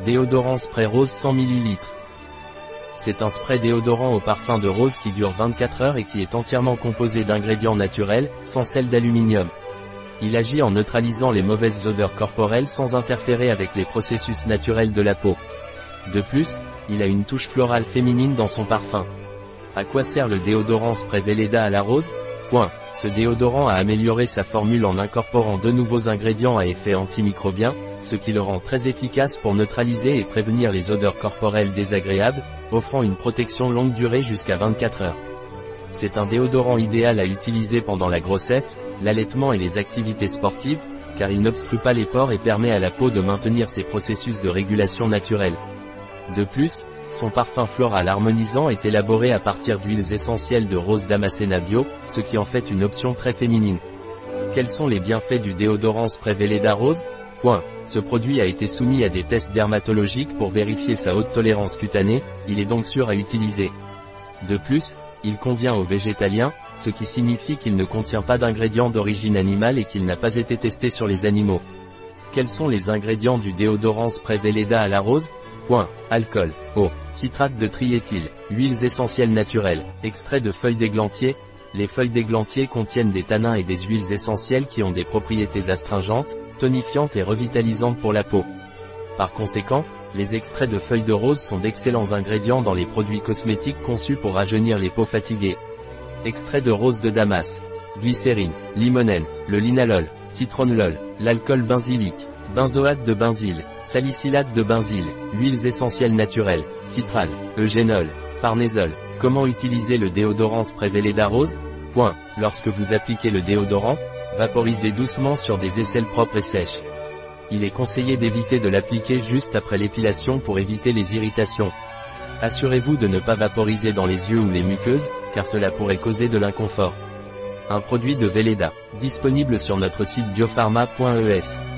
Déodorant spray rose 100 ml. C'est un spray déodorant au parfum de rose qui dure 24 heures et qui est entièrement composé d'ingrédients naturels, sans sel d'aluminium. Il agit en neutralisant les mauvaises odeurs corporelles sans interférer avec les processus naturels de la peau. De plus, il a une touche florale féminine dans son parfum. À quoi sert le déodorant spray Weleda à la rose? Ce déodorant a amélioré sa formule en incorporant deux nouveaux ingrédients à effet antimicrobien, ce qui le rend très efficace pour neutraliser et prévenir les odeurs corporelles désagréables, offrant une protection longue durée jusqu'à 24 heures. C'est un déodorant idéal à utiliser pendant la grossesse, l'allaitement et les activités sportives, car il n'obstrue pas les pores et permet à la peau de maintenir ses processus de régulation naturelle. De plus, son parfum floral harmonisant est élaboré à partir d'huiles essentielles de rose damascena bio, ce qui en fait une option très féminine. Quels sont les bienfaits du déodorant spray Weleda rose? Ce produit a été soumis à des tests dermatologiques pour vérifier sa haute tolérance cutanée, il est donc sûr à utiliser. De plus, il convient aux végétaliens, ce qui signifie qu'il ne contient pas d'ingrédients d'origine animale et qu'il n'a pas été testé sur les animaux. Quels sont les ingrédients du déodorant spray Weleda à la rose? Alcool, eau, citrate de triéthyle, huiles essentielles naturelles, extrait de feuilles d'églantier. Les feuilles d'églantier contiennent des tanins et des huiles essentielles qui ont des propriétés astringentes, tonifiantes et revitalisantes pour la peau. Par conséquent, les extraits de feuilles de rose sont d'excellents ingrédients dans les produits cosmétiques conçus pour rajeunir les peaux fatiguées. Extrait de rose de Damas, glycérine, limonène, le linalol, citronellol, l'alcool benzylique, benzoate de benzyle, salicylate de benzyle, huiles essentielles naturelles, citral, eugénol, farnésol. Comment utiliser le déodorant spray Weleda rose? Lorsque vous appliquez le déodorant, vaporisez doucement sur des aisselles propres et sèches. Il est conseillé d'éviter de l'appliquer juste après l'épilation pour éviter les irritations. Assurez-vous de ne pas vaporiser dans les yeux ou les muqueuses, car cela pourrait causer de l'inconfort. Un produit de Weleda, disponible sur notre site biopharma.es.